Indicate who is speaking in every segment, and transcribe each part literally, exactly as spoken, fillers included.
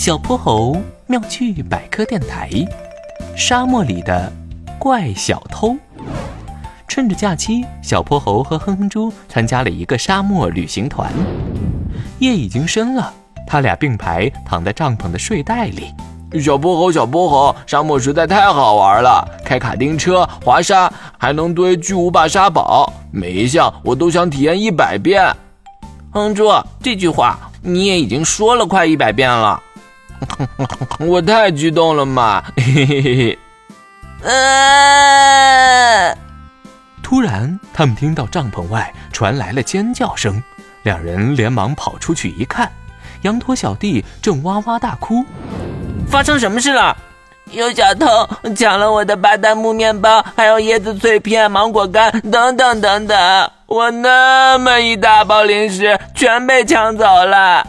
Speaker 1: 小泼猴妙趣百科电台，沙漠里的怪小偷。趁着假期，小泼猴和哼哼猪参加了一个沙漠旅行团。夜已经深了，他俩并排躺在帐篷的睡袋里。
Speaker 2: 小泼猴，小泼猴，沙漠实在太好玩了，开卡丁车、滑沙，还能堆巨无霸沙堡，每一项我都想体验一百遍。
Speaker 3: 哼猪，这句话你也已经说了快一百遍了。
Speaker 2: 我太激动了嘛！嘿嘿嘿。
Speaker 1: 呃，突然，他们听到帐篷外传来了尖叫声，两人连忙跑出去一看，羊驼小弟正哇哇大哭。
Speaker 3: 发生什么事了？
Speaker 4: 有小偷抢了我的巴旦木面包，还有椰子脆片、芒果干等等等等，我那么一大包零食全被抢走了。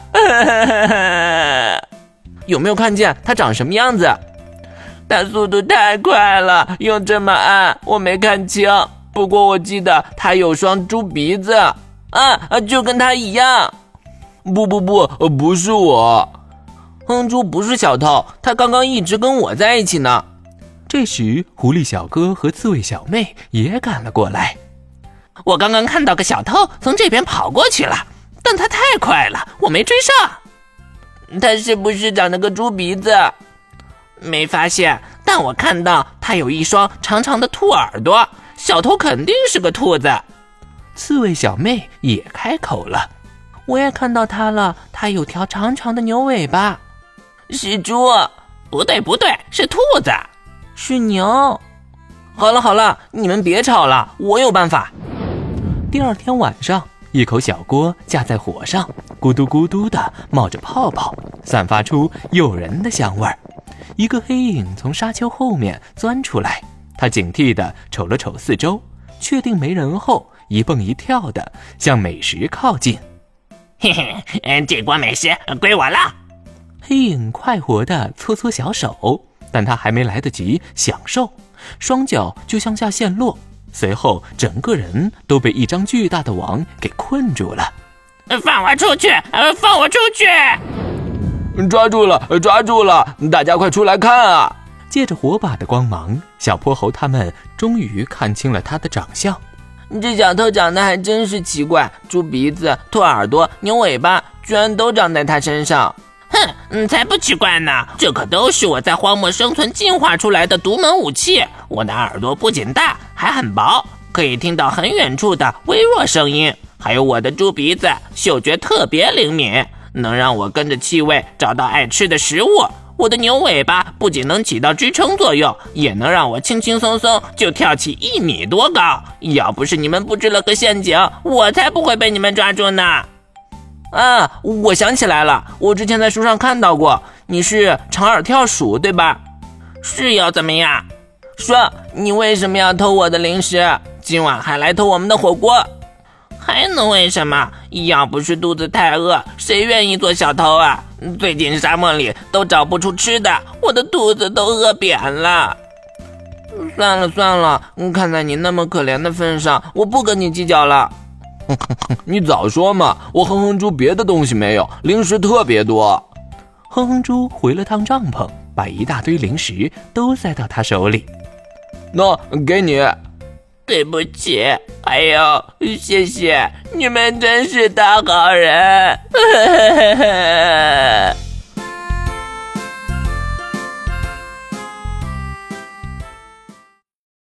Speaker 3: 有没有看见他长什么样子？
Speaker 4: 他速度太快了，又这么暗，我没看清。不过我记得他有双猪鼻子，啊，就跟他一样。
Speaker 2: 不不不，不是我。
Speaker 3: 哼猪不是小偷，他刚刚一直跟我在一起呢。
Speaker 1: 这时，狐狸小哥和刺猬小妹也赶了过来。
Speaker 3: 我刚刚看到个小偷从这边跑过去了，但他太快了，我没追上。
Speaker 4: 他是不是长了个猪鼻子？
Speaker 3: 没发现，但我看到他有一双长长的兔耳朵，小偷肯定是个兔子。
Speaker 1: 刺猬小妹也开口了，
Speaker 5: 我也看到他了，他有条长长的牛尾巴。
Speaker 4: 是猪？
Speaker 3: 不对不对，是兔子。
Speaker 5: 是牛。
Speaker 3: 好了好了，你们别吵了，我有办法。
Speaker 1: 第二天晚上，一口小锅架在火上，咕嘟咕嘟的冒着泡泡，散发出诱人的香味儿。一个黑影从沙丘后面钻出来，他警惕地瞅了瞅四周，确定没人后，一蹦一跳地向美食靠近。
Speaker 3: 嘿嘿，这锅美食归我了。
Speaker 1: 黑影快活地搓搓小手，但他还没来得及享受，双脚就向下陷落，随后整个人都被一张巨大的网给困住了。
Speaker 3: 放我出去！放我出去！
Speaker 2: 抓住了，抓住了！大家快出来看啊！
Speaker 1: 借着火把的光芒，小泼猴他们终于看清了他的长相。
Speaker 4: 这小偷长得还真是奇怪，猪鼻子、兔耳朵、牛尾巴，居然都长在他身上。
Speaker 3: 哼，才不奇怪呢！这可都是我在荒漠生存进化出来的独门武器。我的耳朵不仅大，还很薄，可以听到很远处的微弱声音。还有我的猪鼻子，嗅觉特别灵敏，能让我跟着气味找到爱吃的食物。我的牛尾巴不仅能起到支撑作用，也能让我轻轻松松就跳起一米多高。要不是你们布置了个陷阱，我才不会被你们抓住呢。啊，我想起来了，我之前在书上看到过，你是长耳跳鼠对吧？是要怎么样？
Speaker 4: 说你为什么要偷我的零食？今晚还来偷我们的火锅？
Speaker 3: 还能为什么？要不是肚子太饿，谁愿意做小偷啊？最近沙漠里都找不出吃的，我的肚子都饿扁了。
Speaker 4: 算了算了，看在你那么可怜的份上，我不跟你计较了。
Speaker 2: 你早说嘛，我哼哼猪别的东西没有，零食特别多。
Speaker 1: 哼哼猪回了趟帐篷，把一大堆零食都塞到他手里。
Speaker 2: 那给你。
Speaker 4: 对不起，哎呦，谢谢，你们真是大好人。